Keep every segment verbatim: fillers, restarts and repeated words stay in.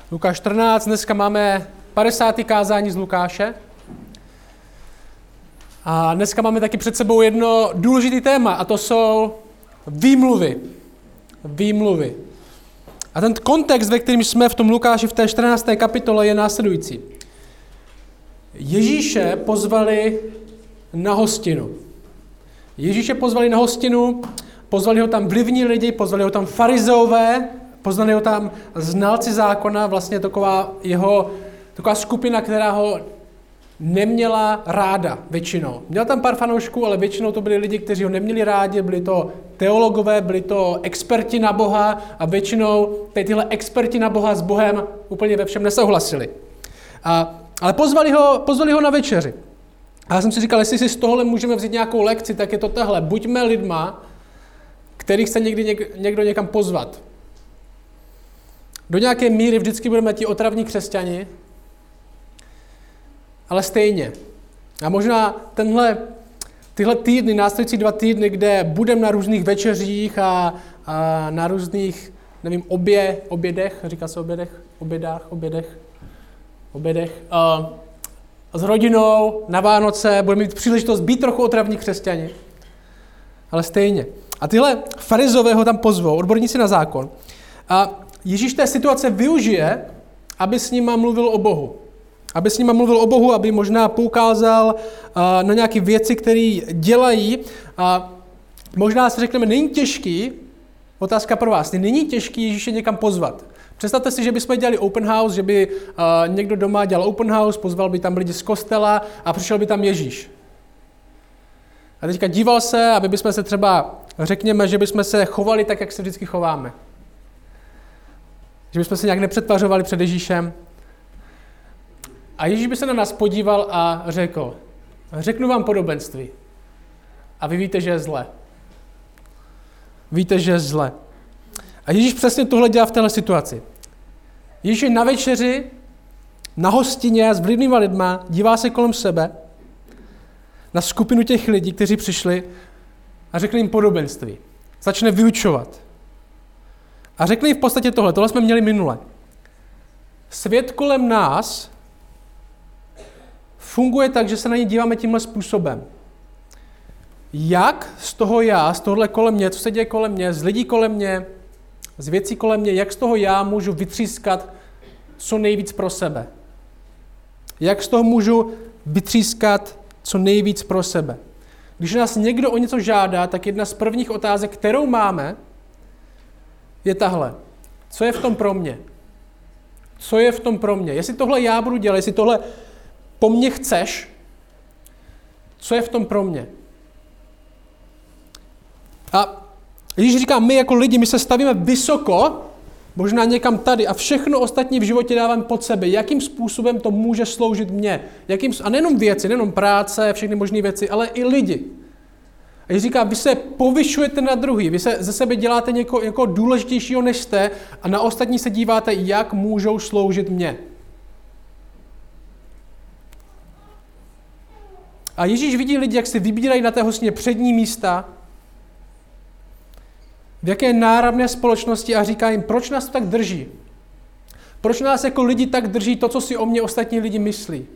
Lukáš čtrnáct, dneska máme padesátý kázání z Lukáše. A dneska máme taky před sebou jedno důležité téma, a to jsou výmluvy. Výmluvy. A ten kontext, ve kterém jsme v tom Lukáši v té čtrnácté kapitole, je následující. Ježíše pozvali na hostinu. Ježíše pozvali na hostinu, pozvali ho tam vlivní lidi, pozvali ho tam farizeové, pozvali ho tam znalci zákona, vlastně taková jeho, taková skupina, která ho neměla ráda většinou. Měl tam pár fanoušků, ale většinou to byli lidi, kteří ho neměli rádi, byli to teologové, byli to experti na Boha a většinou tyhle experti na Boha s Bohem úplně ve všem nesouhlasili. A, ale pozvali ho, pozvali ho na večeři. A já jsem si říkal, jestli si z tohohle můžeme vzít nějakou lekci, tak je to tahle. Buďme lidma, kterých chce někdy něk, někdo někam pozvat. Do nějaké míry vždycky budeme ti otravní křesťani, ale stejně. A možná tenhle, tyhle týdny, následující dva týdny, kde budeme na různých večeřích a, a na různých, nevím, obě, obědech, říká se obědech, obědách, obědech, obědech, a, s rodinou na Vánoce, budeme mít příležitost být trochu otravní křesťani, ale stejně. A tyhle farizové ho tam pozvou, odborníci na zákon. A Ježíš té situace využije, aby s nima mluvil o Bohu. Aby s nima mluvil o Bohu, aby možná poukázal uh, na nějaké věci, které dělají. A možná si řekneme, není těžký, otázka pro vás, není těžký Ježíše někam pozvat. Představte si, že bychom dělali open house, že by uh, někdo doma dělal open house, pozval by tam lidi z kostela a přišel by tam Ježíš. A teďka díval se, aby bychom se třeba, řekněme, že bychom se chovali tak, jak se vždycky chováme. Že bychom se nějak nepřetvařovali před Ježíšem. A Ježíš by se na nás podíval a řekl, řeknu vám podobenství. A vy víte, že je zle. Víte, že je zle. A Ježíš přesně tohle dělá v téhle situaci. Ježíš je na večeři, na hostině s vlivnýma lidma, dívá se kolem sebe na skupinu těch lidí, kteří přišli a řekli jim podobenství. Začne vyučovat. A řekli jim v podstatě tohle, tohle jsme měli minule. Svět kolem nás funguje tak, že se na ně díváme tímhle způsobem. Jak z toho já, z tohohle kolem mě, co se děje kolem mě, z lidí kolem mě, z věcí kolem mě, jak z toho já můžu vytřískat co nejvíc pro sebe. Jak z toho můžu vytřískat co nejvíc pro sebe. Když nás někdo o něco žádá, tak jedna z prvních otázek, kterou máme, je tahle. Co je v tom pro mě? Co je v tom pro mě? Jestli tohle já budu dělat, jestli tohle po mně chceš, co je v tom pro mě? A Ježíš říká, my jako lidi, my se stavíme vysoko, možná někam tady a všechno ostatní v životě dávám pod sebe. Jakým způsobem to může sloužit mně? Jakým, a nejenom věci, nejenom práce, všechny možné věci, ale i lidi. A Ježíš říká, vy se povyšujete na druhý, vy se ze sebe děláte někoho, někoho důležitějšího než jste a na ostatní se díváte, jak můžou sloužit mně. A Ježíš vidí lidi, jak si vybírají na té hostině přední místa, v jaké náramné společnosti a říká jim, proč nás to tak drží? Proč nás jako lidi tak drží to, co si o mě ostatní lidi myslí?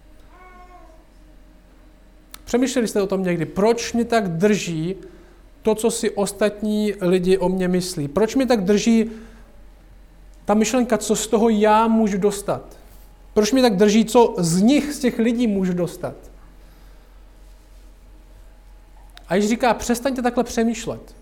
Přemýšleli jste o tom někdy? Proč mě tak drží to, co si ostatní lidi o mě myslí? Proč mě tak drží ta myšlenka, co z toho já můžu dostat? Proč mě tak drží, co z nich, z těch lidí můžu dostat? A Ježíš říká, přestaňte takhle přemýšlet.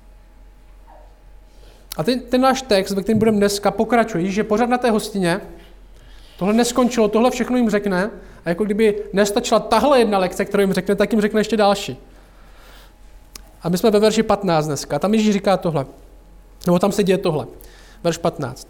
A ten, ten náš text, ve kterém budeme dneska, pokračuje. Ježíš je pořád na té hostině, tohle neskončilo, tohle všechno jim řekne a jako kdyby nestačila tahle jedna lekce, kterou jim řekne, tak jim řekne ještě další. A my jsme ve verši patnáct dneska. Tam Ježíš říká tohle. Nebo tam se děje tohle. Verš patnáct.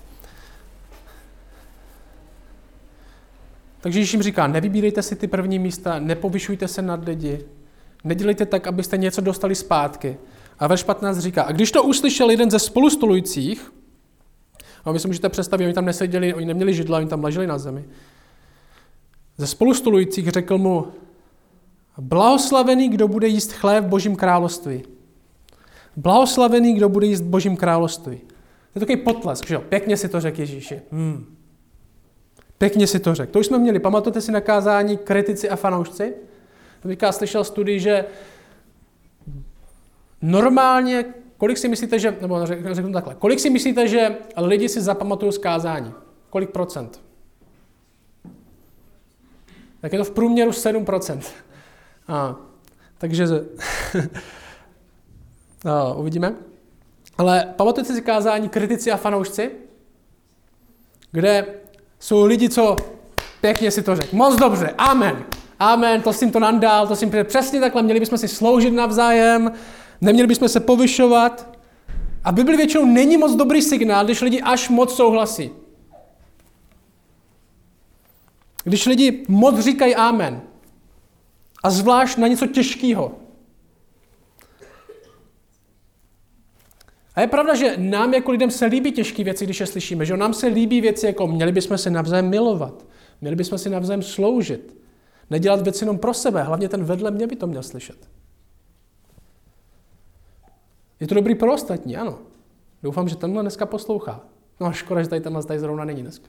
Takže Ježíš jim říká, nevybírejte si ty první místa, nepovyšujte se nad lidi, nedělejte tak, abyste něco dostali zpátky. A verš patnáct říká, a když to uslyšel jeden ze spolustolujících, a vy si můžete představit, oni tam neseděli, oni neměli židla, oni tam leželi na zemi, ze spolustolujících řekl mu, blahoslavený, kdo bude jíst chléb v Božím království. Blahoslavený, kdo bude jíst v Božím království. To je takový potlesk, že jo? Pěkně si to řekl Ježíši. Hmm. Pěkně si to řekl. To už jsme měli. Pamatujete si na kázání kritici a fanoušci? Říká, slyšel studii, že normálně, kolik si myslíte, že, nebo řeknu takhle, kolik si myslíte, že lidi si zapamatují z kázání? Kolik procent? Tak je to v průměru sedm procent. A, takže a, uvidíme. Ale pamatujete si kázání kritici a fanoušci? Kde jsou lidi, co pěkně si to řekl. Moc dobře, amen. Amen, to jsem to nandál, to jsem přesně takhle, měli bychom si sloužit navzájem, neměli bychom se povyšovat. A v Bibli většinou není moc dobrý signál, když lidi až moc souhlasí. Když lidi moc říkají amen. A zvlášť na něco těžkého. A je pravda, že nám jako lidem se líbí těžké věci, když je slyšíme. Že nám se líbí věci jako měli bychom se navzájem milovat. Měli bychom si navzájem sloužit. Nedělat věci jenom pro sebe. Hlavně ten vedle mě by to měl slyšet. Je to dobrý pro ostatní, ano. Doufám, že tenhle dneska poslouchá. No a škoda, že tady tenhle tady zrovna není dneska.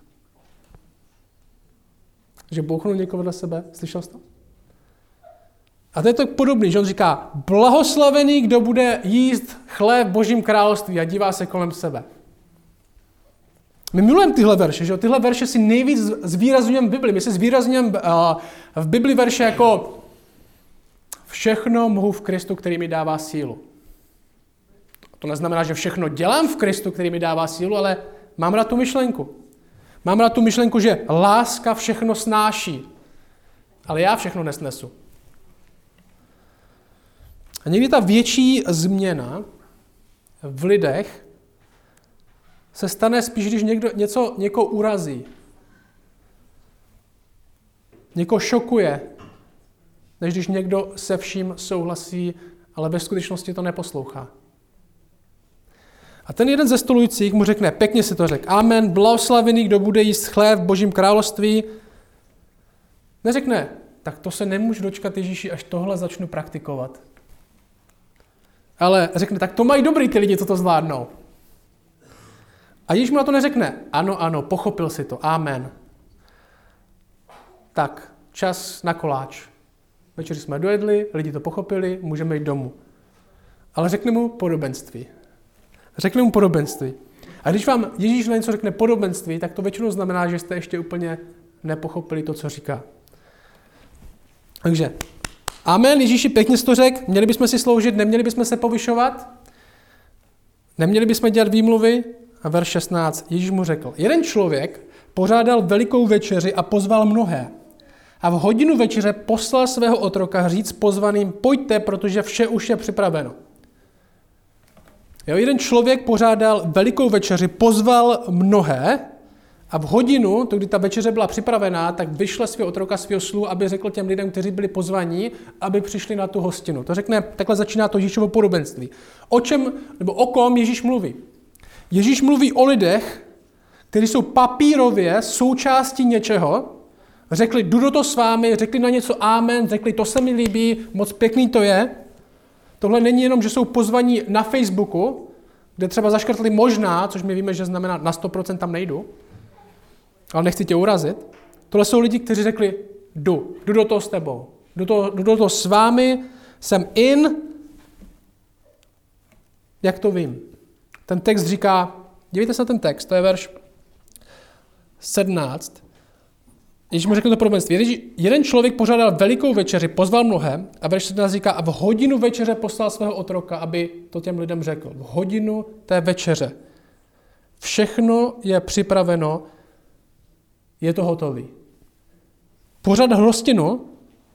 Že bouchnul někoho vedle sebe. Slyšel jsi to? A to je to podobný, že on říká, blahoslavený, kdo bude jíst chléb v Božím království a dívá se kolem sebe. My milujeme tyhle verše, že jo? Tyhle verše si nejvíc zvýrazňujeme v Bibli. My si zvýrazňujeme uh, v Bibli verše jako všechno mohu v Kristu, který mi dává sílu. To neznamená, že všechno dělám v Kristu, který mi dává sílu, ale mám rád tu myšlenku. Mám rád tu myšlenku, že láska všechno snáší, ale já všechno nesnesu. A někdy ta větší změna v lidech se stane spíš, když někdo něco, někoho urazí. Někoho šokuje, než když někdo se vším souhlasí, ale ve skutečnosti to neposlouchá. A ten jeden ze stolujících mu řekne, pěkně si to řekl, amen, blahoslavený, kdo bude jíst chléb v Božím království. Neřekne, tak to se nemůžu dočkat, Ježíši, až tohle začnu praktikovat. Ale řekne, tak to mají dobrý ty lidi, co to zvládnou. A Ježíš mu na to neřekne, ano, ano, pochopil si to, amen. Tak, čas na koláč. Večer jsme dojedli, lidi to pochopili, můžeme jít domů. Ale řekne mu podobenství. Řekne mu podobenství. A když vám Ježíš na něco řekne podobenství, tak to většinou znamená, že jste ještě úplně nepochopili to, co říká. Takže, amen, Ježíši pěkně jsi to řekl, měli bychom si sloužit, neměli bychom se povyšovat, neměli bychom dělat výmluvy. A verš šestnáct, Ježíš mu řekl, jeden člověk pořádal velikou večeři a pozval mnohé. A v hodinu večeře poslal svého otroka říct pozvaným, pojďte, protože vše už je připraveno. Jo, jeden člověk pořádal velikou večeři, pozval mnohé a v hodinu, to kdy ta večeře byla připravená, tak vyšle svého otroka, svého sluhu, aby řekl těm lidem, kteří byli pozvaní, aby přišli na tu hostinu. To řekne, takhle začíná to Ježíšovo podobenství. O čem, nebo o kom Ježíš mluví? Ježíš mluví o lidech, kteří jsou papírově součástí něčeho, řekli, jdu do toho s vámi, řekli na něco amen, řekli, to se mi líbí, moc pěkný to je. Tohle není jenom, že jsou pozvaní na Facebooku, kde třeba zaškrtli možná, což my víme, že znamená na sto procent tam nejdu, ale nechci tě urazit. Tohle jsou lidi, kteří řekli, jdu, jdu do toho s tebou, jdu, to, jdu do toho s vámi, jsem in, jak to vím. Ten text říká, dívejte se na ten text, to je verš sedmnáct. Ježíš mu řekl to podobenství. Jeden člověk pořádal velikou večeři, pozval mnohé a verš sedmnáct říká, a v hodinu večeře poslal svého otroka, aby to těm lidem řekl. V hodinu té večeře. Všechno je připraveno, je to hotový. Pořádat hostinu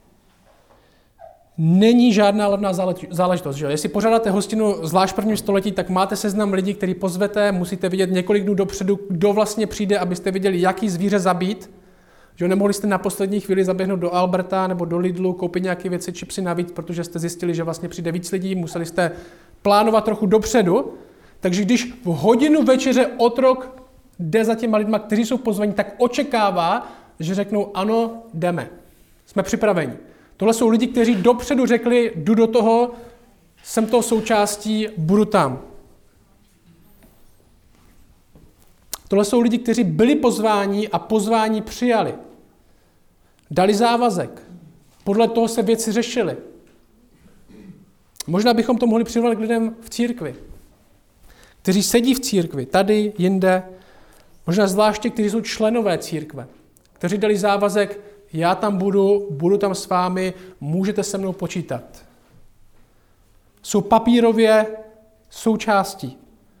není žádná levná záležitost. Že? Jestli pořádáte hostinu zvlášť v prvním století, tak máte seznam lidí, který pozvete, musíte vidět několik dnů dopředu, kdo vlastně přijde, abyste viděli, jaký zvíře zabít. Že nemohli jste na poslední chvíli zaběhnout do Alberta nebo do Lidlu, koupit nějaké věci, čipsy navíc, protože jste zjistili, že vlastně přijde víc lidí, museli jste plánovat trochu dopředu. Takže když v hodinu večeře otrok jde za těma lidma, kteří jsou pozvaní, tak očekává, že řeknou ano, jdeme. Jsme připraveni. Tohle jsou lidi, kteří dopředu řekli, jdu do toho, jsem toho součástí, budu tam. Tohle jsou lidi, kteří byli pozváni a pozvání přijali. Dali závazek. Podle toho se věci řešily. Možná bychom to mohli přirovnat k lidem v církvi, kteří sedí v církvi, tady, jinde, možná zvláště, kteří jsou členové církve, kteří dali závazek, já tam budu, budu tam s vámi, můžete se mnou počítat. Jsou papírově součástí.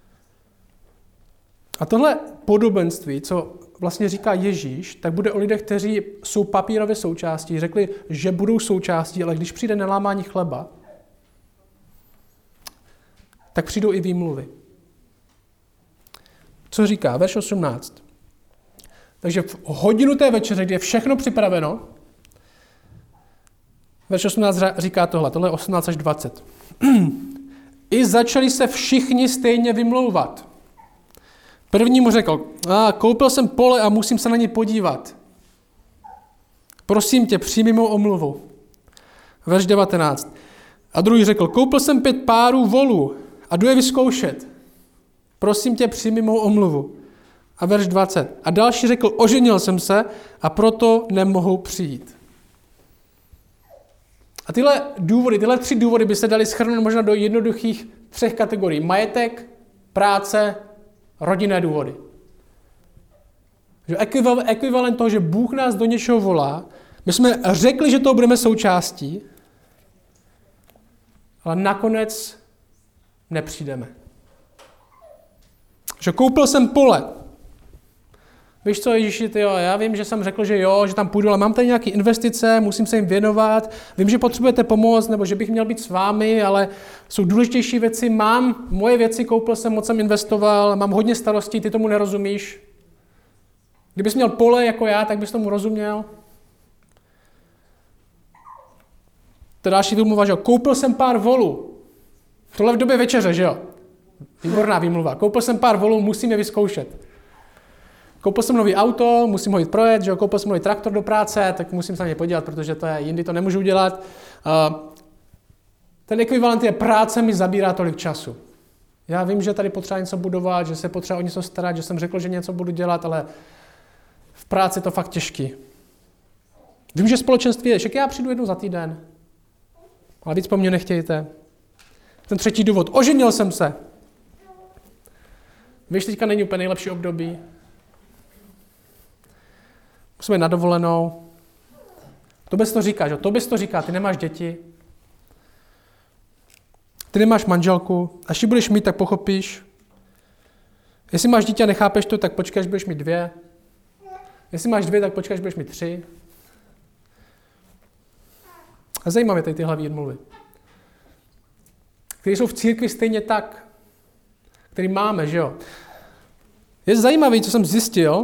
A tohle podobenství, co vlastně říká Ježíš, tak bude o lidech, kteří jsou papírově součástí, řekli, že budou součástí, ale když přijde nelámání chleba, tak přijdou i výmluvy. Co říká? Verš osmnáct. Takže v hodinu té večeře, kdy je všechno připraveno, verš osmnáct říká tohle, tohle je osmnáct až dvacet. I začali se všichni stejně vymlouvat. První mu řekl, a, koupil jsem pole a musím se na ně podívat. Prosím tě, přijmi mou omluvu. Verš devatenáct. A druhý řekl, koupil jsem pět párů volů a jdu je vyzkoušet. Prosím tě, přijmi mou omluvu. A verš dvacet. A další řekl, oženil jsem se a proto nemohu přijít. A tyhle důvody, tyhle tři důvody by se daly shrnout možná do jednoduchých třech kategorií. Majetek, práce, rodinné důvody. Že ekvivalent toho, že Bůh nás do něčeho volá, my jsme řekli, že toho budeme součástí, ale nakonec nepřijdeme. Že koupil jsem pole. Víš co, Ježíši, ty jo, já vím, že jsem řekl, že jo, že tam půjdu, ale mám tady nějaké investice, musím se jim věnovat, vím, že potřebujete pomoc, nebo že bych měl být s vámi, ale jsou důležitější věci, mám moje věci, koupil jsem, moc jsem investoval, mám hodně starostí, ty tomu nerozumíš. Kdybys měl pole jako já, tak bys tomu rozuměl. To další výmluva, že jo, koupil jsem pár volů. Tohle v době večeře, že jo. Výborná výmluva. Koupil jsem pár volů, musím je vyzkoušet. Koupil jsem nový auto, musím ho jít projet, že jo, koupil jsem nový traktor do práce, tak musím se na ně podívat, protože to je, jindy to nemůžu udělat. Uh, ten ekvivalent je práce mi zabírá tolik času. Já vím, že tady potřeba něco budovat, že se potřeba o něco starat, že jsem řekl, že něco budu dělat, ale v práci je to fakt těžký. Vím, že společenství je, však já přijdu jednou za týden, ale víc po mně nechtějte. Ten třetí důvod, oženil jsem se. Víš, teďka není úplně nejlepší období. Musíme na dovolenou. To bys to říká, že? To bys to říká, ty nemáš děti. Ty nemáš manželku. Až ji budeš mít, tak pochopíš. Jestli máš dítě a nechápeš to, tak počkej, až budeš mít dvě. Jestli máš dvě, tak počkej, až budeš mít tři. A zajímavé tady tyhle výmluvy. Které jsou v církvi stejně tak. Který máme, že jo. Je zajímavé, co jsem zjistil,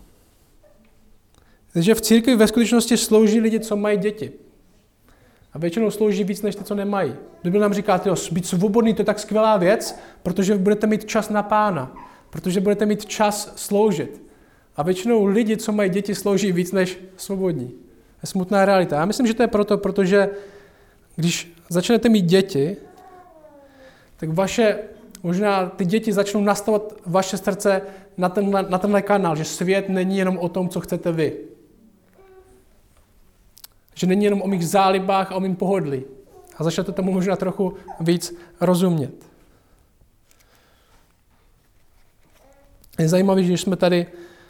že v církvi ve skutečnosti slouží lidi, co mají děti. A většinou slouží víc, než ty, co nemají. Bible nám říká, tyjo, být svobodný, to je tak skvělá věc, protože budete mít čas na Pána. Protože budete mít čas sloužit. A většinou lidi, co mají děti, slouží víc, než svobodní. Je smutná realita. Já myslím, že to je proto, protože když začnete mít děti, tak vaše, možná ty děti začnou nastavovat vaše srdce na tenhle, na tenhle kanál, že svět není jenom o tom, co chcete vy. Že není jenom o mých zálibách a o mým pohodlí. A začnete tomu možná trochu víc rozumět. Je zajímavé, že jsme tady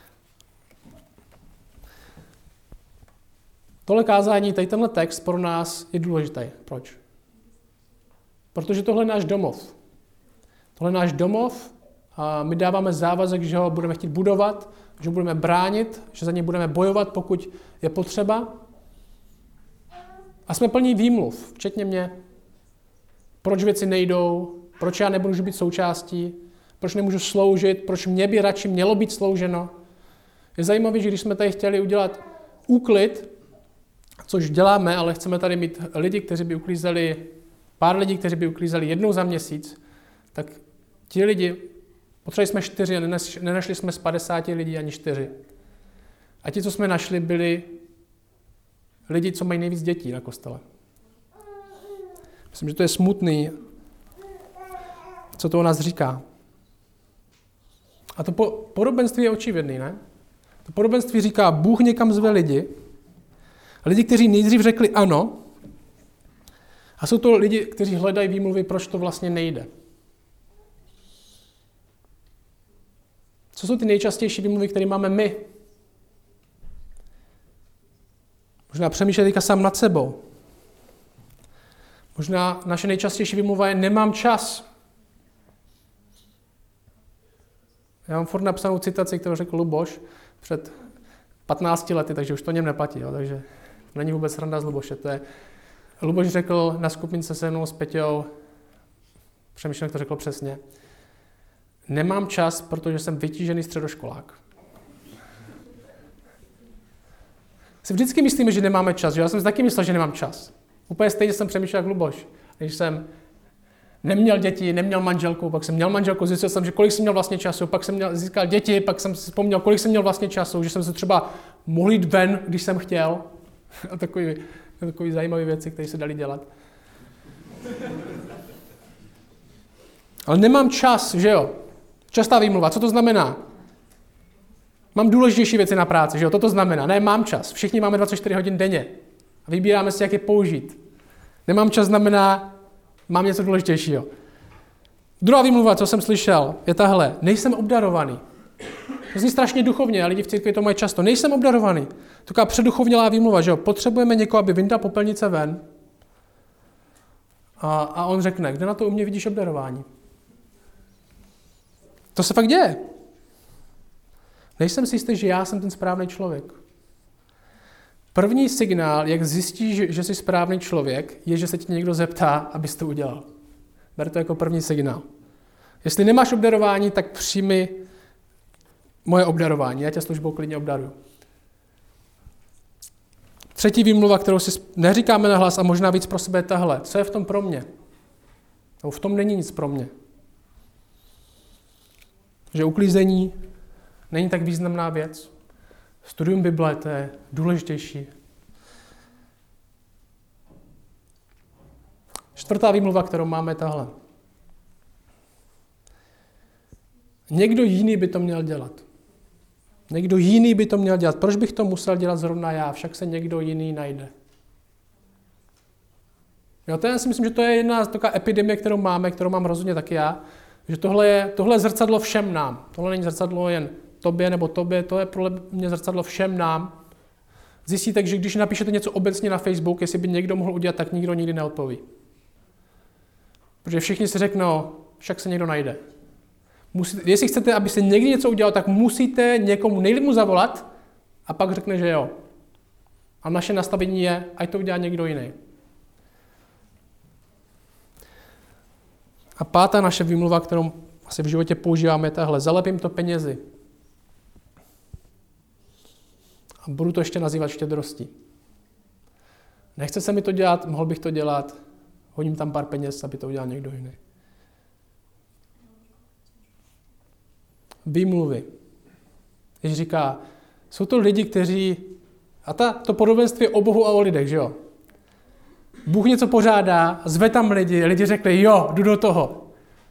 tohle kázání, tady tenhle text pro nás je důležitý. Proč? Protože tohle je náš domov. Tohle je náš domov a my dáváme závazek, že ho budeme chtít budovat, že ho budeme bránit, že za něj budeme bojovat, pokud je potřeba. A jsme plní výmluv, včetně mě. Proč věci nejdou, proč já nemůžu být součástí, proč nemůžu sloužit, proč mě by radši mělo být slouženo. Je zajímavé, že když jsme tady chtěli udělat úklid, což děláme, ale chceme tady mít lidi, kteří by uklízeli, pár lidí, kteří by uklízeli jednou za měsíc, tak ti lidi, potřebovali jsme čtyři a nenašli jsme z padesáti lidí ani čtyři. A ti, co jsme našli, byli lidi, co mají nejvíc dětí na kostele. Myslím, že to je smutný, co to o nás říká. A to po, podobenství je očividný, ne? To podobenství říká, Bůh někam zve lidi, lidi, kteří nejdřív řekli ano, a jsou to lidi, kteří hledají výmluvy, proč to vlastně nejde. Co jsou ty nejčastější výmluvy, které máme my? Možná přemýšlet teďka sám nad sebou. Možná naše nejčastější výmluva je nemám čas. Já mám furt napsanou citaci, kterou řekl Luboš před patnácti lety, takže už to něm neplatí. Jo, takže to není vůbec sranda z Luboše. To je, Luboš řekl na skupince se mnou s Peťou, přemýšlím, jak to řekl přesně, nemám čas, protože jsem vytížený středoškolák. Si vždycky myslíme, že nemáme čas, že já jsem si taky myslel, že nemám čas. Úplně stejně jsem přemýšlel jak Luboš. Když jsem neměl děti, neměl manželku, pak jsem měl manželku, zjistil jsem, že kolik jsem měl vlastně času, pak jsem měl, získal děti, pak jsem si vzpomněl, kolik jsem měl vlastně času, že jsem se třeba mohl jít ven, když jsem chtěl. A takový, takový zajímavé věci, které se daly dělat. Ale nemám čas, že jo? Častá výmluva, co to znamená? Mám důležitější věci na práci, že jo? To to znamená, ne, mám čas. Všichni máme dvacet čtyři hodin denně. A vybíráme si, jak je použít. Nemám čas znamená, mám něco důležitějšího. Druhá výmluva, co jsem slyšel, je tahle. Nejsem obdarovaný. To zní strašně duchovně, a lidi v církvi to mají často. Nejsem obdarovaný. Taková předuchovnělá výmluva, že jo? Potřebujeme někoho, aby vyndal popelnice ven. A, a on řekne, kde na to u mě vidíš obdarování? To se fakt děje. Nejsem si jistý, že já jsem ten správný člověk. První signál, jak zjistíš, že jsi správný člověk, je, že se ti někdo zeptá, abys to udělal. Ber to jako první signál. Jestli nemáš obdarování, tak přijmi moje obdarování. Já tě službou klidně obdaruju. Třetí výmluva, kterou si neříkáme nahlas a možná víc pro sebe, je tahle. Co je v tom pro mě? No, v tom není nic pro mě. Že uklízení není tak významná věc. Studium Bible, to je důležitější. Čtvrtá výmluva, kterou máme, je tahle. Někdo jiný by to měl dělat. Někdo jiný by to měl dělat. Proč bych to musel dělat zrovna já? Však se někdo jiný najde. Jo, to já si myslím, že to je jedna taková epidemie, kterou máme, kterou mám rozhodně taky já. Že tohle je, tohle je zrcadlo všem nám. Tohle není zrcadlo jen tobě nebo tobě, to je pro mě zrcadlo všem nám. Zjistíte, že když napíšete něco obecně na Facebook, jestli by někdo mohl udělat, tak nikdo nikdy neodpoví. Protože všichni si řeknou, však se někdo najde. Musíte, jestli chcete, aby se někdy něco udělalo, tak musíte někomu nejlíp mu zavolat a pak řekne, že jo. A naše nastavení je, ať to udělá někdo jiný. A pátá naše výmluva, kterou asi v životě používáme, je tahle. Zalepím to penězi. A budu to ještě nazývat štědrostí. Nechce se mi to dělat, mohl bych to dělat, hodím tam pár peněz, aby to udělal někdo jiný. Výmluvy. Když říká, jsou to lidi, kteří, a ta, to podobenství je o Bohu a o lidech, že jo? Bůh něco pořádá, zve tam lidi, lidi řekli, jo, jdu do toho.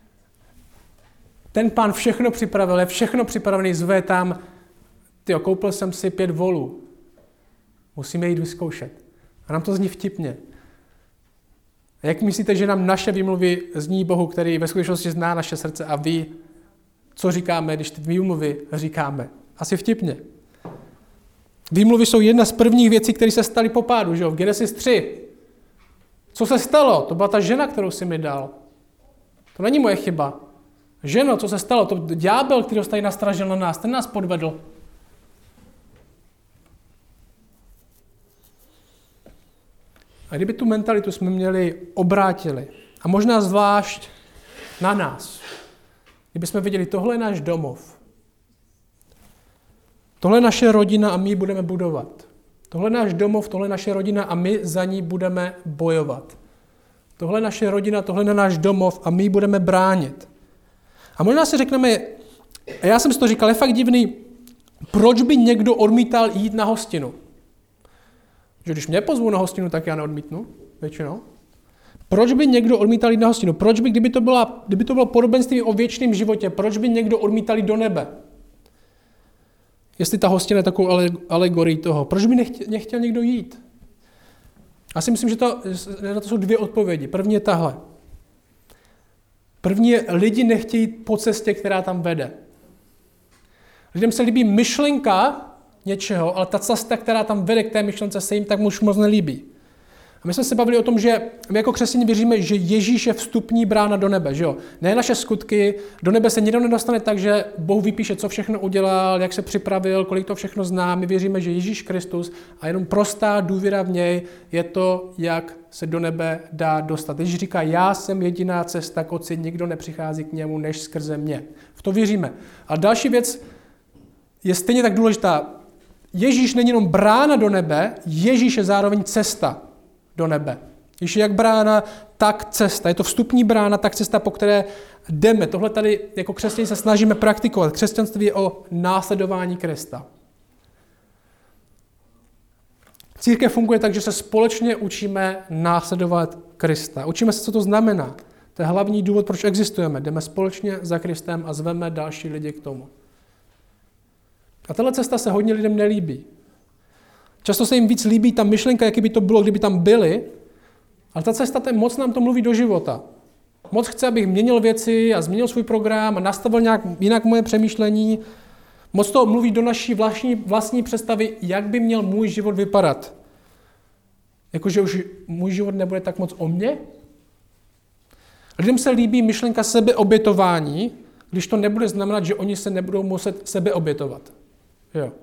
Ten pán všechno připravil, je všechno připravený, zve tam, tyjo, koupil jsem si pět volů. Musíme jít vyzkoušet. A nám to zní vtipně. A jak myslíte, že nám naše výmluvy zní Bohu, který ve skutečnosti zná naše srdce a ví, co říkáme, když ty výmluvy říkáme? Asi vtipně. Výmluvy jsou jedna z prvních věcí, které se staly po pádu, že jo? V Genesis tři. Co se stalo? To byla ta žena, kterou jsi mi dal. To není moje chyba. Ženo, co se stalo? To ďábel, který ho tady nastražil na nás, ten nás podvedl. A kdyby tu mentalitu jsme měli obrátili, a možná zvlášť na nás, kdyby jsme viděli, tohle je náš domov, tohle je naše rodina a my ji budeme budovat. Tohle je náš domov, tohle je naše rodina a my za ní budeme bojovat. Tohle je naše rodina, tohle je náš domov a my ji budeme bránit. A možná si řekneme, a já jsem si to říkal, je fakt divný, proč by někdo odmítal jít na hostinu? Že když mě pozvou na hostinu, tak já neodmítnu, většinou. Proč by někdo odmítal jít na hostinu? Proč by, kdyby to, byla, kdyby to bylo podobenství o věčném životě, proč by někdo odmítal jít do nebe? Jestli ta hostina je takovou alegorii toho. Proč by nechtěl, nechtěl někdo jít? Já si myslím, že to, na to jsou dvě odpovědi. První je tahle. První je, lidi nechtějí po cestě, která tam vede. Lidem se líbí myšlenka něčeho, ale ta cesta, která tam vede k té myšlence, se jim tak už moc nelíbí. A my jsme se bavili o tom, že my jako křesťané věříme, že Ježíš je vstupní brána do nebe, že jo? Ne naše skutky, do nebe se nikdo nedostane tak, že Bůh vypíše, co všechno udělal, jak se připravil, kolik to všechno zná. My věříme, že Ježíš Kristus a jenom prostá důvěra v něj je to, jak se do nebe dá dostat. Ježíš říká, já jsem jediná cesta k Otci, nikdo nepřichází k němu, než skrze mě. V to věříme. A další věc je stejně tak důležitá. Ježíš není jenom brána do nebe, Ježíš je zároveň cesta do nebe. Ježíš je jak brána, tak cesta. Je to vstupní brána, tak cesta, po které jdeme. Tohle tady jako křesťané se snažíme praktikovat. Křesťanství je o následování Krista. Církev funguje tak, že se společně učíme následovat Krista. Učíme se, co to znamená. To je hlavní důvod, proč existujeme. Jdeme společně za Kristem a zveme další lidi k tomu. A tahle cesta se hodně lidem nelíbí. Často se jim víc líbí ta myšlenka, jaký by to bylo, kdyby tam byli, ale ta cesta, ten moc nám to mluví do života. Moc chce, abych měnil věci a změnil svůj program a nastavil nějak jinak moje přemýšlení. Moc to mluví do naší vlastní, vlastní představy, jak by měl můj život vypadat. Jakože už můj život nebude tak moc o mně. Lidem se líbí myšlenka sebeobětování, když to nebude znamenat, že oni se nebudou muset sebeobětovat. Jo.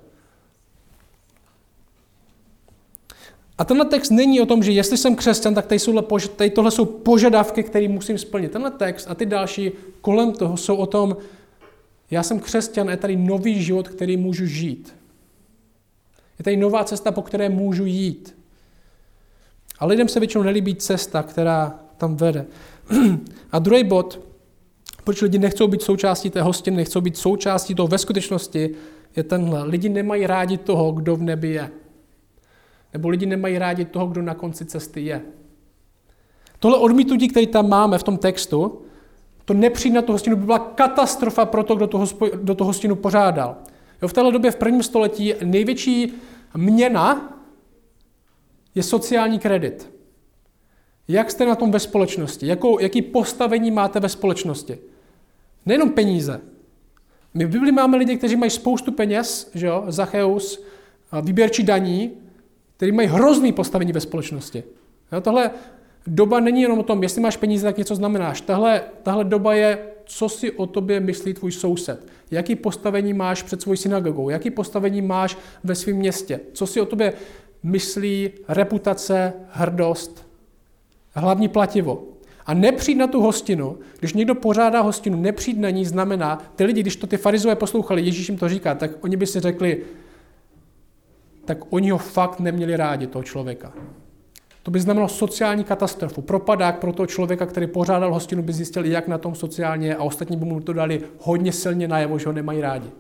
A tenhle text není o tom, že jestli jsem křesťan, tak tady, jsou, tady tohle jsou požadavky, které musím splnit. Tenhle text a ty další kolem toho jsou o tom, já jsem křesťan a je tady nový život, který můžu žít. Je tady nová cesta, po které můžu jít. A lidem se většinou nelíbí cesta, která tam vede. A druhý bod, proč lidi nechcou být součástí té hostiny, nechcou být součástí toho ve skutečnosti, je tenhle. Lidi nemají rádi toho, kdo v nebi je. Nebo lidi nemají rádi toho, kdo na konci cesty je. Tohle odmítnutí, který tam máme v tom textu, to nepřijít na tu hostinu by byla katastrofa pro to, kdo tu, hospo, kdo tu hostinu pořádal. Jo, v téhle době v prvním století největší měna je sociální kredit. Jak jste na tom ve společnosti? Jakou, jaký postavení máte ve společnosti? Nejenom peníze. My v Biblii máme lidi, kteří mají spoustu peněz, že jo, Zacheus, výběrčí daní, kteří mají hrozný postavení ve společnosti. Jo, tohle doba není jenom o tom, jestli máš peníze, tak něco znamenáš. Tahle, tahle doba je, co si o tobě myslí tvůj soused. Jaký postavení máš před svou synagogou. Jaký postavení máš ve svém městě. Co si o tobě myslí reputace, hrdost, hlavní plativo. A nepřijít na tu hostinu, když někdo pořádá hostinu, nepřijít na ní znamená, ty lidi, když to ty farizové poslouchali, Ježíš jim to říká, tak oni by si řekli, tak oni ho fakt neměli rádi, toho člověka. To by znamenalo sociální katastrofu. Propadák pro toho člověka, který pořádal hostinu, by zjistil, jak na tom sociálně a ostatní by mu to dali hodně silně najevo, že ho nemají rádi.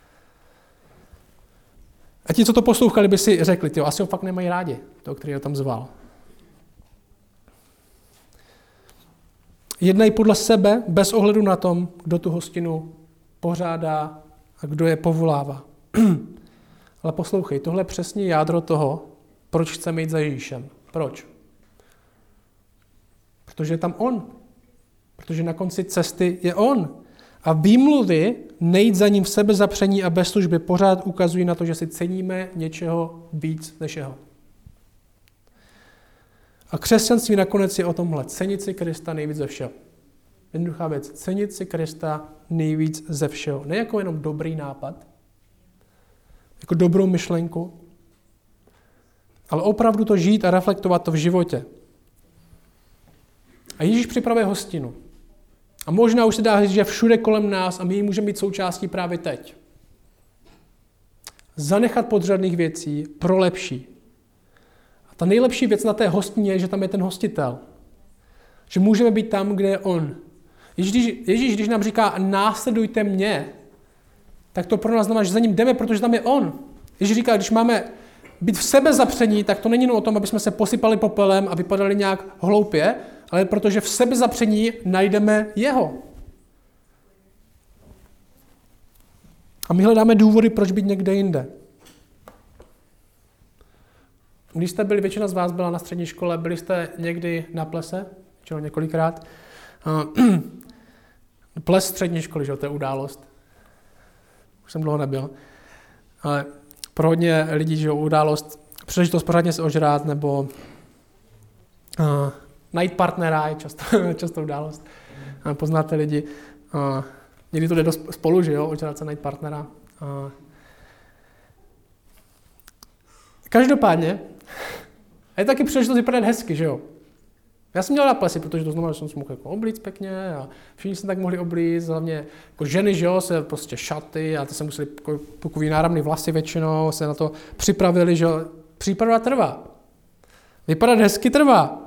A ti, co to poslouchali, by si řekli, tyjo, asi ho fakt nemají rádi, toho, který ho tam zval. Jednají podle sebe, bez ohledu na tom, kdo tu hostinu pořádá a kdo je povolává. Ale poslouchej, tohle je přesně jádro toho, proč chceme jít za Ježíšem. Proč? Protože je tam on. Protože na konci cesty je on. A výmluvy nejít za ním v sebezapření a bez služby pořád ukazují na to, že si ceníme něčeho víc než jeho. A křesťanství nakonec je o tomhle. Cenit si Krista nejvíc ze všeho. Jednoduchá věc. Cenit si Krista nejvíc ze všeho. Ne jako jenom dobrý nápad, jako dobrou myšlenku, ale opravdu to žít a reflektovat to v životě. A Ježíš připravuje hostinu. A možná už se dá říct, že všude kolem nás a my ji můžeme být součástí právě teď. Zanechat podřadných věcí pro lepší. A ta nejlepší věc na té hostině je, že tam je ten hostitel. Že můžeme být tam, kde je on. Ježíš, Ježíš když nám říká následujte mě, tak to pro nás znamená, že za ním jdeme, protože tam je on. Ježíš říká, když máme být v sebe zapření, tak to není jenom o tom, aby jsme se posypali popelem a vypadali nějak hloupě, ale protože v sebezapření najdeme jeho. A my hledáme důvody, proč být někde jinde. Když jste byli, většina z vás byla na střední škole, byli jste někdy na plese, většinou několikrát. Ples střední školy, že to je událost. Už jsem dlouho nebyl. Ale pro hodně lidí, že událost, příležitost pořádně se ožrát, nebo uh, najít partnera je často, často událost. Uh, poznáte lidi. Uh, někdy to jde do spolu, že jo, ožrát se, najít partnera. Uh, každopádně, je taky příležitost vypadat hezky, že jo. Já jsem měl na plesy, protože to znamená, že jsem se mohl jako oblíct pěkně a všichni se tak mohli oblíct, hlavně jako ženy, že jo, se prostě šaty a ty se museli jako, takový náramný vlasy většinou, se na to připravili, že jo. Příprava trvá. Vypadat hezky trvá.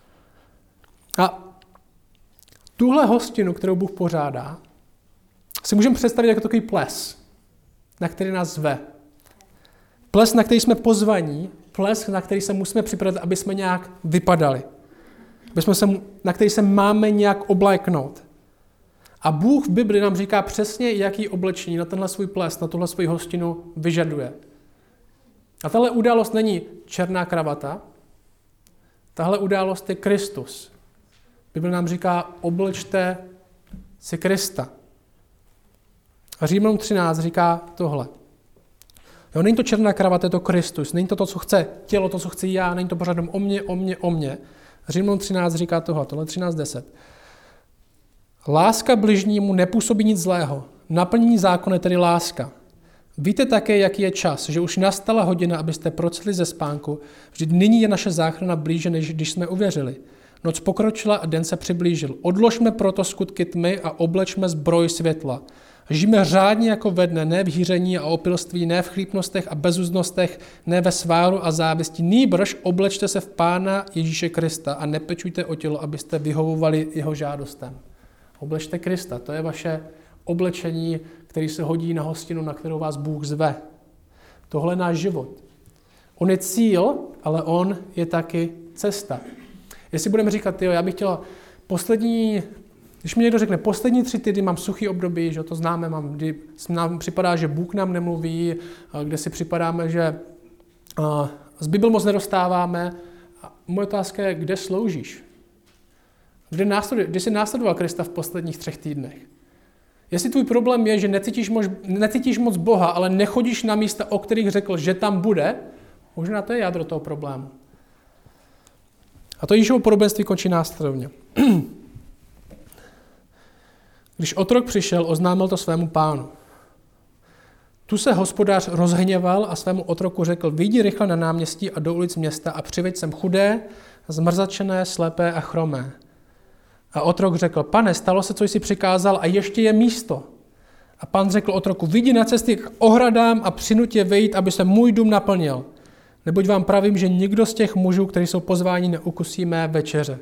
A tuhle hostinu, kterou Bůh pořádá, si můžeme představit jako takový ples, na který nás zve. Ples, na který jsme pozvaní, ples, na který se musíme připravit, aby jsme nějak vypadali. Se, na který se máme nějak obléknout. A Bůh v Bibli nám říká přesně, jaký oblečení na tenhle svůj ples, na tuhle svou hostinu vyžaduje. A tahle událost není černá kravata, tahle událost je Kristus. Bible nám říká, oblečte si Krista. A Římanům třináct říká tohle. Jo, není to černá kravata, je to Kristus. Není to to, co chce tělo, to, co chci já, není to pořád o mně, o mně, o mně. Římanům třináct říká tohle, tohle třináct deset. Láska bližnímu nepůsobí nic zlého. Naplnění zákona je tedy láska. Víte také, jaký je čas, že už nastala hodina, abyste procitli ze spánku. Vždyť nyní je naše záchrana blíže, než když jsme uvěřili. Noc pokročila a den se přiblížil. Odložme proto skutky tmy a oblečme zbroj světla. Žijeme řádně jako ve dne, ne v hýření a opilství, ne v chlípnostech a bezuznostech, ne ve sváru a závisti. Nýbrž oblečte se v Pána Ježíše Krista a nepečujte o tělo, abyste vyhovovali jeho žádostem. Oblečte Krista, to je vaše oblečení, který se hodí na hostinu, na kterou vás Bůh zve. Tohle je náš život. On je cíl, ale on je taky cesta. Jestli budeme říkat, jo, já bych chtěla poslední, když mi někdo řekne, poslední tři týdny mám suchý období, že to známe, mám, kdy nám připadá, že Bůh nám nemluví, kde si připadáme, že z Bible moc nedostáváme. A moje otázka je, kde sloužíš? Kde, následuje, kde jsi následoval Krista v posledních třech týdnech? Jestli tvůj problém je, že necítíš moc, necítíš moc Boha, ale nechodíš na místa, o kterých řekl, že tam bude, možná to je jádro toho problému. A to Ježíšovo podobenství končí následovně. Když otrok přišel, oznámil to svému pánu. Tu se hospodář rozhněval a svému otroku řekl, vyjdi rychle na náměstí a do ulic města a přiveď sem chudé, zmrzačené, slepé a chromé. A otrok řekl, pane, stalo se, co jsi přikázal a ještě je místo. A pán řekl otroku, vyjdi na cesty k ohradám a přinuť je vejít, aby se můj dům naplnil. Neboť vám pravím, že nikdo z těch mužů, kteří jsou pozváni, neukusí mé večeře.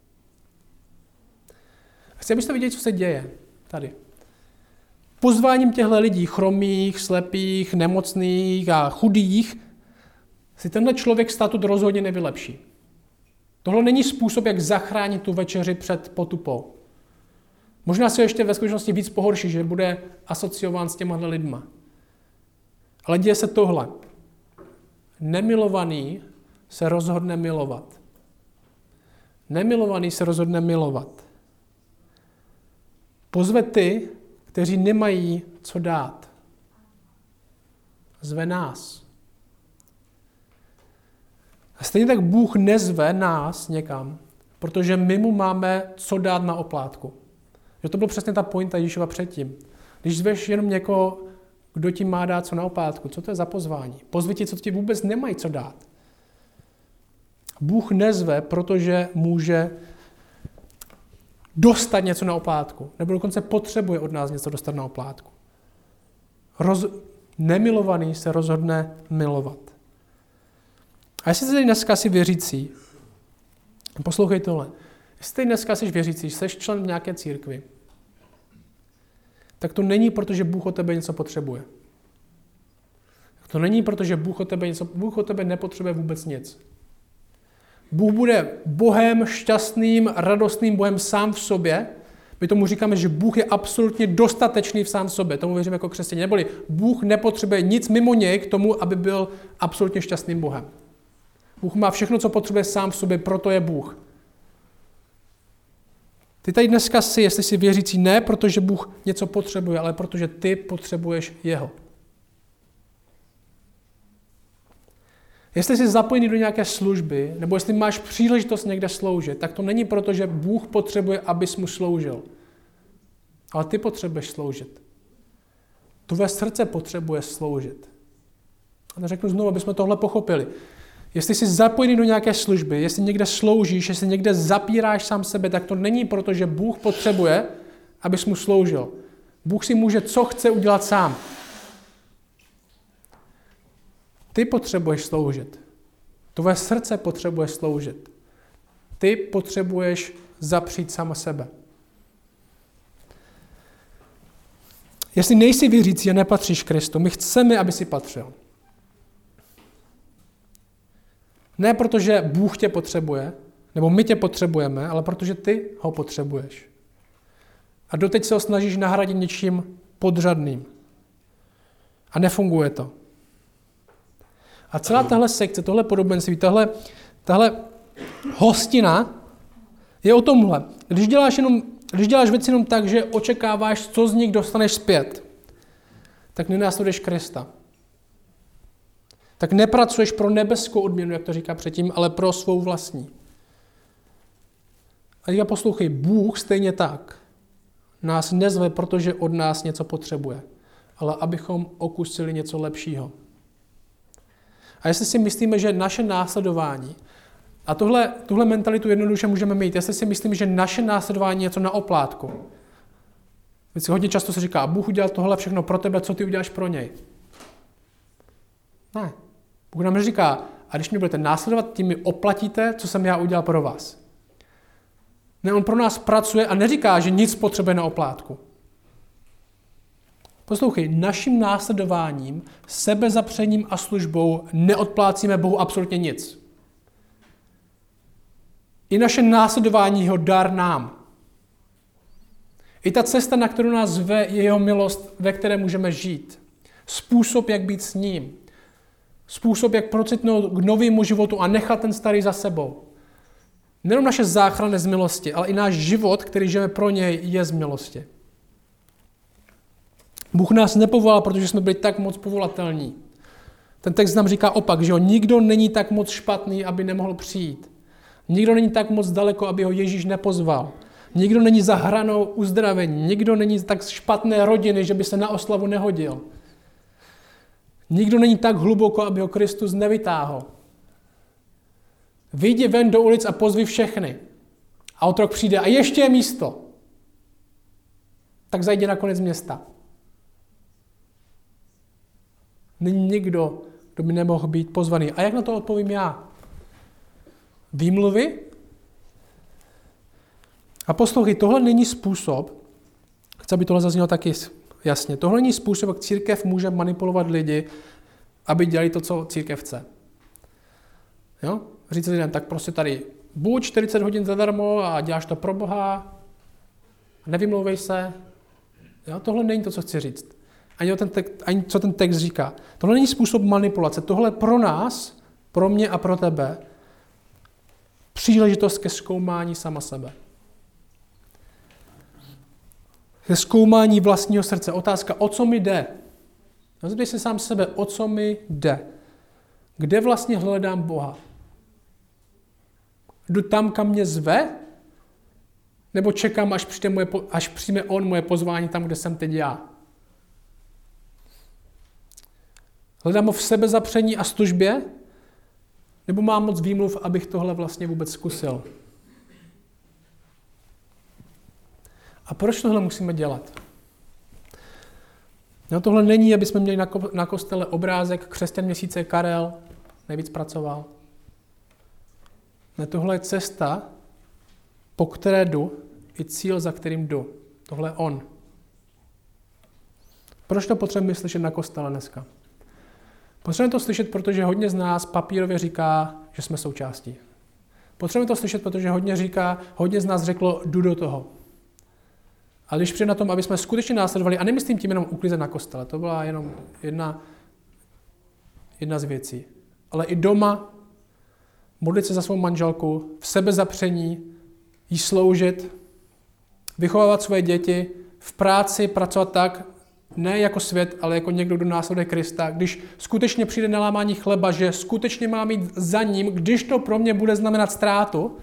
Chci, abyste viděli, co se děje tady. Pozváním těchto lidí, chromých, slepých, nemocných a chudých, si tenhle člověk statut rozhodně nevylepší. Tohle není způsob, jak zachránit tu večeři před potupou. Možná se ještě ve skutečnosti víc pohorší, že bude asociován s těma lidma. Ale děje se tohle. Nemilovaný se rozhodne milovat. Nemilovaný se rozhodne milovat. Pozve ty, kteří nemají co dát. Zve nás. A stejně tak Bůh nezve nás někam, protože my mu máme co dát na oplátku. Že to byla přesně ta pointa Ježíšova předtím. Když zveš jenom někoho, kdo ti má dát co na oplátku, co to je za pozvání? Pozvi ti, co ti vůbec nemají co dát. Bůh nezve, protože může dostat něco na oplátku, nebo dokonce potřebuje od nás něco dostat na oplátku. Roz... Nemilovaný se rozhodne milovat. A jestli jsi dneska si věřící, poslouchej tohle, jestli dneska jsi věřící, jsi člen v nějaké církvi, tak to není proto, že Bůh od tebe něco potřebuje. To není proto, že Bůh od tebe, něco, Bůh od tebe nepotřebuje vůbec nic. Bůh bude Bohem šťastným, radostným Bohem sám v sobě. My tomu říkáme, že Bůh je absolutně dostatečný v sám v sobě. Tomu věříme jako křesťané. Neboli Bůh nepotřebuje nic mimo něj k tomu, aby byl absolutně šťastným Bohem. Bůh má všechno, co potřebuje sám v sobě, proto je Bůh. Ty tady dneska jsi, jestli jsi věřící, ne protože Bůh něco potřebuje, ale protože ty potřebuješ jeho. Jestli jsi zapojený do nějaké služby, nebo jestli máš příležitost někde sloužit, tak to není proto, že Bůh potřebuje, abys mu sloužil. Ale ty potřebuješ sloužit. Tvé srdce potřebuje sloužit. A to řeknu znovu, aby jsme tohle pochopili. Jestli jsi zapojený do nějaké služby, jestli někde sloužíš, jestli někde zapíráš sám sebe, tak to není proto, že Bůh potřebuje, abys mu sloužil. Bůh si může, co chce udělat sám. Ty potřebuješ sloužit. Tvoje srdce potřebuje sloužit. Ty potřebuješ zapřít sama sebe. Jestli nejsi věřící a nepatříš Kristu, my chceme, aby si patřil. Ne protože Bůh tě potřebuje, nebo my tě potřebujeme, ale protože ty ho potřebuješ. A doteď se ho snažíš nahradit něčím podřadným. A nefunguje to. A celá tahle sekce, tohle podobenství, tahle, tahle hostina je o tomhle. Když děláš, jenom, když děláš věci jenom tak, že očekáváš, co z nich dostaneš zpět, tak nenásleduješ Krista. Tak nepracuješ pro nebeskou odměnu, jak to říká předtím, ale pro svou vlastní. A teďka poslouchej, Bůh stejně tak nás nezve, protože od nás něco potřebuje, ale abychom okusili něco lepšího. A jestli si myslíme, že naše následování, a tohle, tuhle mentalitu jednoduše můžeme mít, jestli si myslíme, že naše následování je něco na oplátku. Víc hodně často se říká, Bůh udělal tohle všechno pro tebe, co ty uděláš pro něj. Ne. Bůh nám říká, a když mě budete následovat, tím mi oplatíte, co jsem já udělal pro vás. Ne, on pro nás pracuje a neříká, že nic potřebuje na oplátku. Poslouchej, naším následováním, sebezapřením a službou neodplácíme Bohu absolutně nic. I naše následování je jeho dar nám. I ta cesta, na kterou nás zve, je jeho milost, ve které můžeme žít. Způsob, jak být s ním. Způsob, jak procitnout k novému životu a nechat ten starý za sebou. Nejenom naše záchrana z milosti, ale i náš život, který žijeme pro něj, je z milosti. Bůh nás nepovolal, protože jsme byli tak moc povolatelní. Ten text nám říká opak, že jo, nikdo není tak moc špatný, aby nemohl přijít. Nikdo není tak moc daleko, aby ho Ježíš nepozval. Nikdo není za hranou uzdravení. Nikdo není tak špatné rodiny, že by se na oslavu nehodil. Nikdo není tak hluboko, aby ho Kristus nevytáhl. Vyjdi ven do ulic a pozvi všechny. A otrok přijde a ještě je místo. Tak zajdi na konec města. Není nikdo, kdo by nemohl být pozvaný. A jak na to odpovím já? Výmluvy? A poslouchej, tohle není způsob, chci, aby tohle zaznělo taky jasně, tohle není způsob, jak církev může manipulovat lidi, aby dělali to, co církev chce. Jo? Říct lidem, tak prostě tady buď čtyřicet hodin zadarmo a děláš to pro Boha, nevymlouvej se. Jo? Tohle není to, co chci říct. Ani, ten text, ani co ten text říká. Tohle není způsob manipulace. Tohle pro nás, pro mě a pro tebe, příležitost ke zkoumání sama sebe. Ke zkoumání vlastního srdce. Otázka, o co mi jde? Zeptej se sám sebe, o co mi jde. Kde vlastně hledám Boha? Jdu tam, kam mě zve? Nebo čekám, až přijde, moje, až přijme on moje pozvání tam, kde jsem teď já? Hledám ho v sebezapření a službě? Nebo mám moc výmluv, abych tohle vlastně vůbec zkusil? A proč tohle musíme dělat? No, tohle není, aby jsme měli na, ko- na kostele obrázek křesťan měsíce Karel, nejvíc pracoval. Ne, tohle je cesta, po které jdu, i cíl, za kterým jdu. Tohle je on. Proč to potřebujeme slyšet na kostele dneska? Potřebujeme to slyšet, protože hodně z nás papírově říká, že jsme součástí. Potřebujeme to slyšet, protože hodně říká, hodně z nás řeklo, jdu do toho. A když přijde na tom, aby jsme skutečně následovali, a nemyslím tím jenom uklízet na kostele, to byla jenom jedna, jedna z věcí, ale i doma modlit se za svou manželku, v sebezapření, jí sloužit, vychovávat svoje děti, v práci pracovat tak, ne jako svět, ale jako někdo, kdo následuje Krista. Když skutečně přijde na lámání chleba, že skutečně má mít za ním, když to pro mě bude znamenat ztrátu,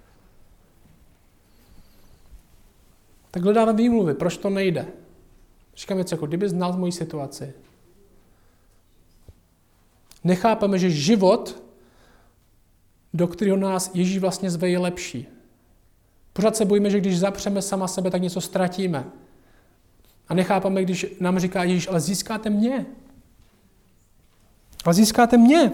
tak hledáme výmluvy, proč to nejde. Říkám věc jako, kdyby znal moji situaci. Nechápeme, že život, do kterého nás Ježíš vlastně zve, je lepší. Pořád se bojíme, že když zapřeme sama sebe, tak něco ztratíme. A nechápeme, když nám říká Ježíš, ale získáte mě. Ale získáte mě.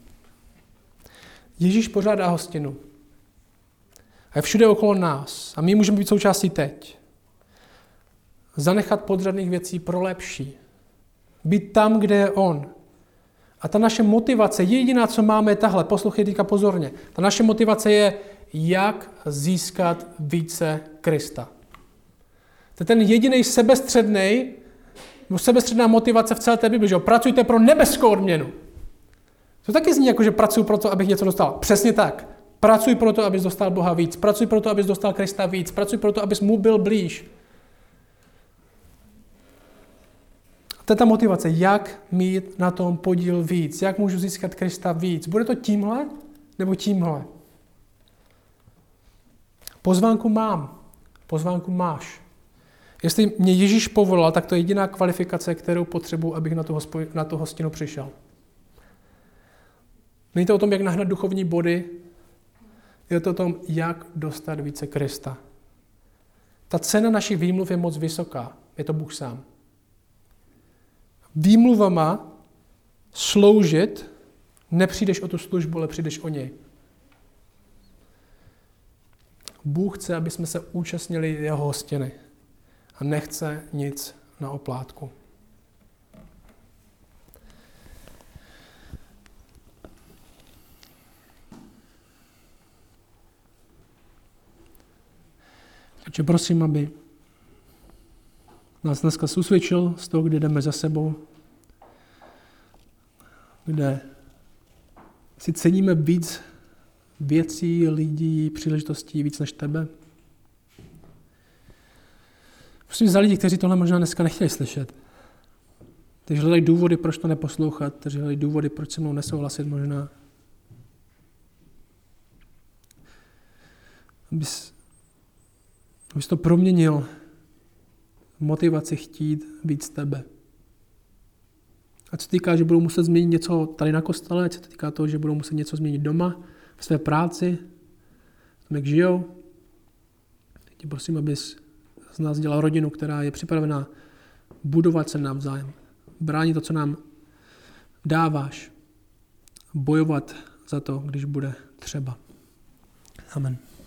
Ježíš pořádá hostinu. A je všude okolo nás. A my můžeme být součástí teď. Zanechat podřadných věcí pro lepší. Být tam, kde je on. A ta naše motivace, jediná, co máme, je tahle. Poslouchejte teďka pozorně. Ta naše motivace je, jak získat více Krista. To je ten jediný sebestřednej, sebestředná motivace v celé té Bibli, že jo? Pracujte pro nebeskou odměnu. To taky zní jako, že pracuji pro to, abych něco dostal. Přesně tak. Pracuj pro to, abys dostal Boha víc. Pracuj pro to, abys dostal Krista víc. Pracuj pro to, abys mu byl blíž. To je ta motivace, jak mít na tom podíl víc. Jak můžu získat Krista víc. Bude to tímhle nebo tímhle? Pozvánku mám. Pozvánku máš. Jestli mě Ježíš povolal, tak to je jediná kvalifikace, kterou potřebuji, abych na tu, hospo, na tu hostinu přišel. Není to o tom, jak nahnat duchovní body, je to o tom, jak dostat více Krista. Ta cena našich výmluv je moc vysoká. Je to Bůh sám. Výmluvama sloužit nepřijdeš o tu službu, ale přijdeš o něj. Bůh chce, aby jsme se účastnili jeho hostiny a nechce nic na oplátku. Takže prosím, aby nás dneska usvědčil z toho, kde jdeme za sebou, kde si ceníme víc věcí, lidí, příležitostí víc než tebe. Prosím za lidi, kteří tohle možná dneska nechtěli slyšet. Kteří hledají důvody, proč to neposlouchat, kteří hledají důvody, proč se mnou nesouhlasit možná. Abys, abys to proměnil motivaci chtít víc tebe. A co týká, že budou muset změnit něco tady na kostele, co týká toho, že budou muset něco změnit doma, v své práci, v tom, jak žijou. Tě prosím, abys z nás dělal rodinu, která je připravená budovat se navzájem, bránit to, co nám dáváš, bojovat za to, když bude třeba. Amen.